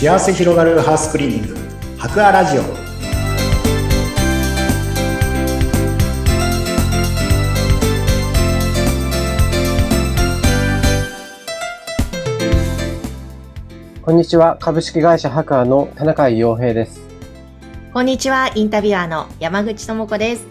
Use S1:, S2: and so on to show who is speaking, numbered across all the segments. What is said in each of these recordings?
S1: 幸せ広がるハウスクリーニング博アラジオ。
S2: こんにちは。株式会社博アの田中洋平です。
S3: こんにちは。インタビュアーの山口智子です。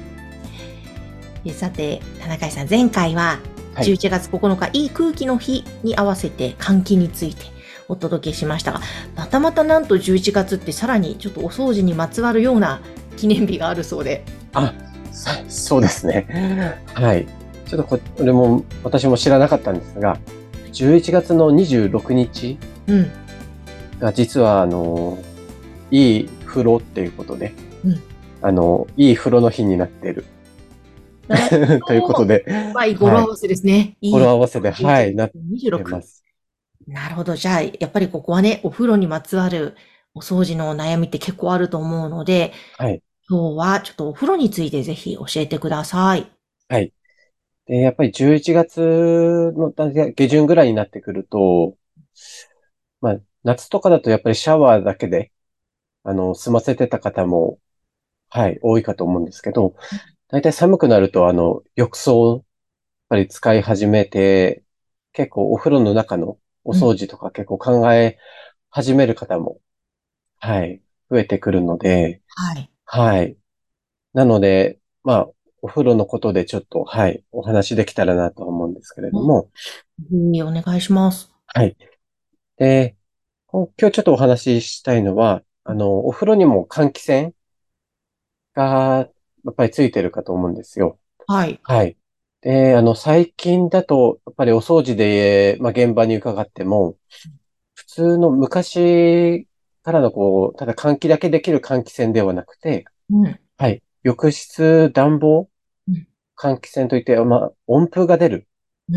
S3: さて、田中さん、前回は11月9日、いい空気の日に合わせて換気についてお届けしましたが、またなんと11月ってさらにちょっとお掃除にまつわるような記念日があるそうで。
S2: そうですね。はい。ちょっとこれも私も知らなかったんですが、11月の26日が実はいい風呂っていうことで、いい風呂の日になっている。ということで。
S3: 語呂合わせですね。
S2: 語呂合わせで、なってます。
S3: なるほど。じゃあ、やっぱりここはね、お風呂にまつわるお掃除の悩みって結構あると思うので、今日はちょっとお風呂についてぜひ教えてください。
S2: はい。で、やっぱり11月の下旬ぐらいになってくると、夏とかだとやっぱりシャワーだけで、済ませてた方も、多いかと思うんですけど、だいたい寒くなると、浴槽、やっぱり使い始めて、結構お風呂の中のお掃除とか結構考え始める方も、増えてくるので、なので、お風呂のことでちょっと、お話できたらなと思うんですけれども。
S3: お願いします。
S2: で、今日ちょっとお話ししたいのは、お風呂にも換気扇が、やっぱりついてるかと思うんですよ。で、最近だと、やっぱりお掃除で、現場に伺っても、普通の昔からのただ換気だけできる換気扇ではなくて、浴室暖房換気扇といって、温風が出る、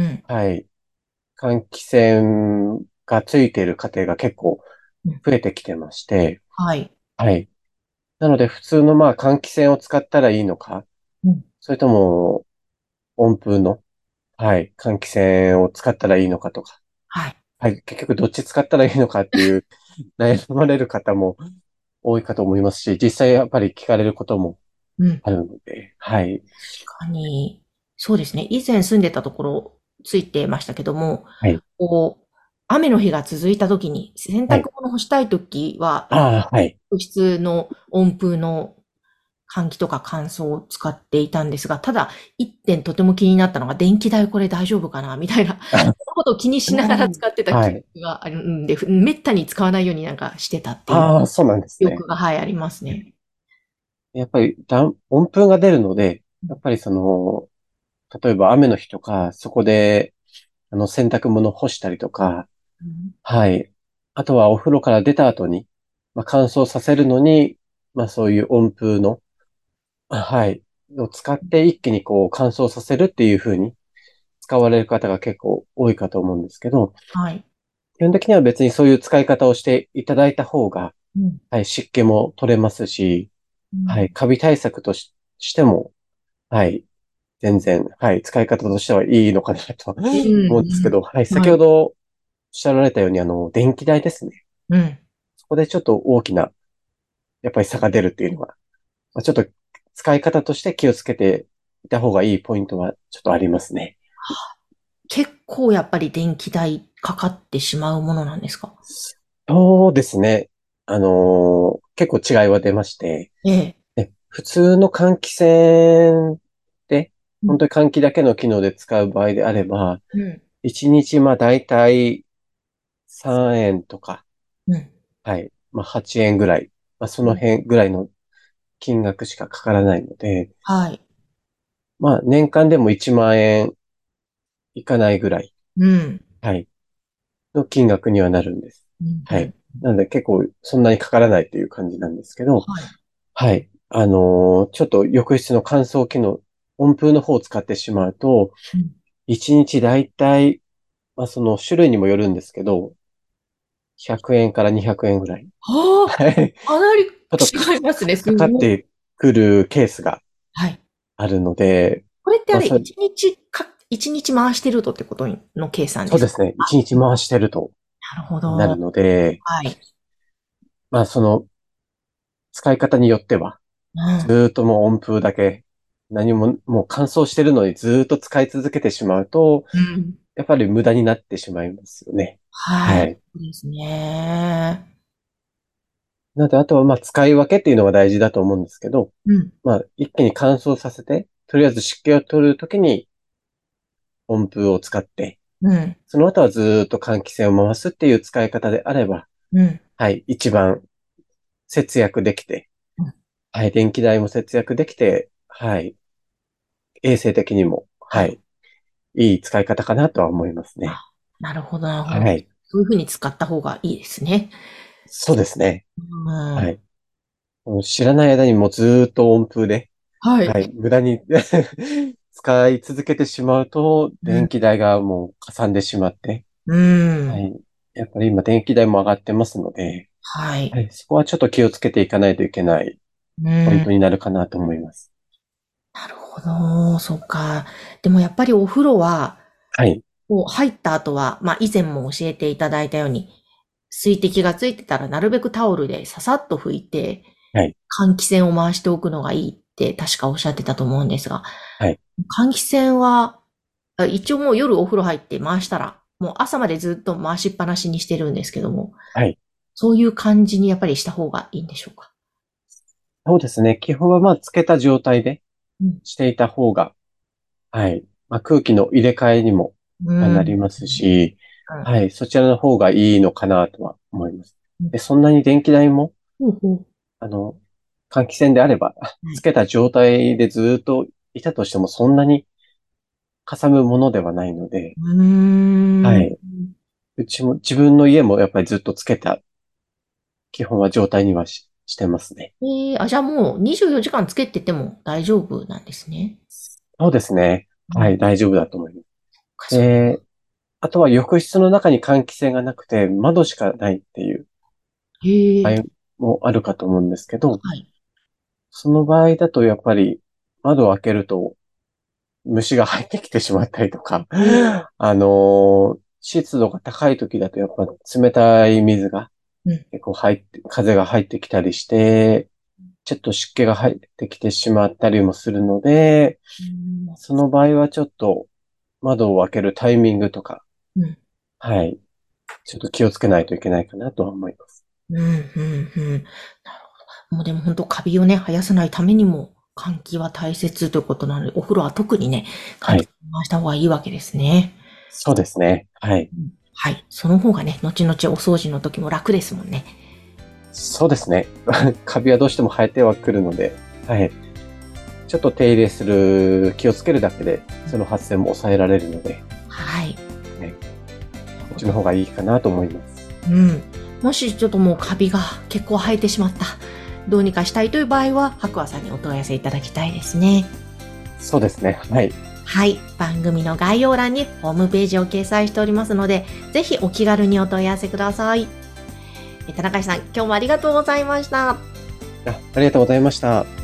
S2: 換気扇がついている家庭が結構増えてきてまして、なので普通の換気扇を使ったらいいのか、それとも温風の、換気扇を使ったらいいのかとか、結局どっち使ったらいいのかっていう悩まれる方も多いかと思いますし、実際やっぱり聞かれることもあるので、
S3: 確かに、そうですね。以前住んでたところついてましたけども、雨の日が続いた時に、洗濯物干したい時は、浴室の温風の換気とか乾燥を使っていたんですが、ただ、一点とても気になったのが、電気代これ大丈夫かなみたいな、そんなことを気にしながら使ってた記憶があるんで、めったに使わないようにしてたっていう。
S2: そうなんですね。
S3: 記憶が、ありますね。
S2: やっぱり温風が出るので、やっぱり例えば雨の日とか、そこで、洗濯物干したりとか、あとはお風呂から出た後に、乾燥させるのに、そういう温風の、を使って一気に乾燥させるっていう風に使われる方が結構多いかと思うんですけど、基本的には別にそういう使い方をしていただいた方が、湿気も取れますし、カビ対策としても、全然、使い方としてはいいのかなと思うんですけど、先ほどおっしゃられたように、電気代ですね。そこでちょっと大きな、やっぱり差が出るっていうのは、ちょっと使い方として気をつけていた方がいいポイントはちょっとありますね。
S3: 結構やっぱり電気代かかってしまうものなんですか？
S2: そうですね。結構違いは出まして、普通の換気扇で、本当に換気だけの機能で使う場合であれば、1日だいたい3円とか、8円ぐらい、その辺ぐらいの金額しかかからないので、年間でも1万円いかないぐらい、の金額にはなるんです。なので結構そんなにかからないという感じなんですけど、ちょっと浴室の乾燥機能、温風の方を使ってしまうと、1日だいたい、その種類にもよるんですけど、100円から200円ぐらい。
S3: かなり違いますね。
S2: かかってくるケースがあるので。
S3: これって一日回してるとってことの計算ですか？
S2: そうですね。1日回してると
S3: なるほど。
S2: なるので、 まあ使い方によっては、ずーっともう温風だけ、何も、もう乾燥してるのにずーっと使い続けてしまうと、
S3: うん。
S2: やっぱり無駄になってしまいますよね。
S3: はい。
S2: はい。
S3: そうですね。
S2: なので、あとはまあ使い分けっていうのが大事だと思うんですけど、
S3: うん。
S2: まあ一気に乾燥させて、とりあえず湿気を取るときに温風を使って、
S3: うん。
S2: その後はずーっと換気扇を回すっていう使い方であれば、
S3: うん。
S2: はい、一番節約できて、
S3: うん。
S2: はい、電気代も節約できて、はい、衛生的にも、
S3: はい。
S2: はい、いい使い方かなとは思いますね。
S3: あ、なるほど、なるほど。
S2: はい、
S3: そういうふうに使った方がいいですね。
S2: そうですね。
S3: うん。
S2: はい。知らない間にもうずーっと温風で、
S3: はい。
S2: はい、無駄に使い続けてしまうと、
S3: うん。
S2: 電気代がもうかさんでしまって、
S3: うん。
S2: はい。やっぱり今電気代も上がってますので、
S3: はい。
S2: はい、そこはちょっと気をつけていかないといけない
S3: うん。
S2: ポイントになるかなと思います。
S3: なるほど、そっか。でもやっぱりお風呂は、
S2: はい。
S3: こう入った後は、まあ以前も教えていただいたように、水滴がついてたらなるべくタオルでささっと拭いて、
S2: はい。
S3: 換気扇を回しておくのがいいって確かおっしゃってたと思うんですが、
S2: はい。
S3: 換気扇は、一応もう夜お風呂入って回したら、もう朝までずっと回しっぱなしにしてるんですけども、
S2: はい。
S3: そういう感じにやっぱりした方がいいんでしょうか。
S2: そうですね。基本はまあ、つけた状態で
S3: うん。
S2: していた方が、はい。まあ、空気の入れ替えにも
S3: うん。
S2: なりますし、
S3: うん。
S2: はい。そちらの方がいいのかなとは思います。
S3: うん。
S2: で、そんなに電気代も、
S3: ほうほう。
S2: あの、換気扇であれば、
S3: はい。
S2: つけた状態でずっといたとしてもそんなにかさむものではないので、
S3: うーん。
S2: はい。うちも、自分の家もやっぱりずっとつけた基本は状態にはしてますね。
S3: じゃあもう24時間つけてても大丈夫なんですね。
S2: そうですね。
S3: うん。
S2: はい、大丈夫だと思います。
S3: そう。
S2: で、あとは浴室の中に換気扇がなくて窓しかないっていう
S3: へえ。
S2: 場合もあるかと思うんですけど、
S3: はい。
S2: その場合だとやっぱり窓を開けると虫が入ってきてしまったりとか、湿度が高い時だとやっぱ冷たい水が
S3: うん。
S2: 結構風が入ってきたりして、ちょっと湿気が入ってきてしまったりもするので、
S3: うん。
S2: その場合はちょっと窓を開けるタイミングとか、
S3: うん。
S2: はい、ちょっと気をつけないといけないかなとは思います。
S3: うん。うん。うん。なるほど。もうでも本当カビをね、生やさないためにも換気は大切ということなので、お風呂は特にね、換気
S2: はい、
S3: 回した方がいいわけですね。
S2: そうですね。はい。
S3: うん。はい。その方がね、後々お掃除の時も楽ですもんね。
S2: そうですね。カビはどうしても生えてはくるので、はい。ちょっと手入れする、気をつけるだけで、その発生も抑えられるので、
S3: はい。
S2: ね、こっちの方がいいかなと思います。
S3: うん。もしちょっともうカビが結構生えてしまった。どうにかしたいという場合は、白亜さんにお問い合わせいただきたいですね。
S2: そうですね。はい。
S3: はい。番組の概要欄にホームページを掲載しておりますので、ぜひお気軽にお問い合わせください。田中さん、今日もありがとうございました。
S2: ありがとうございました。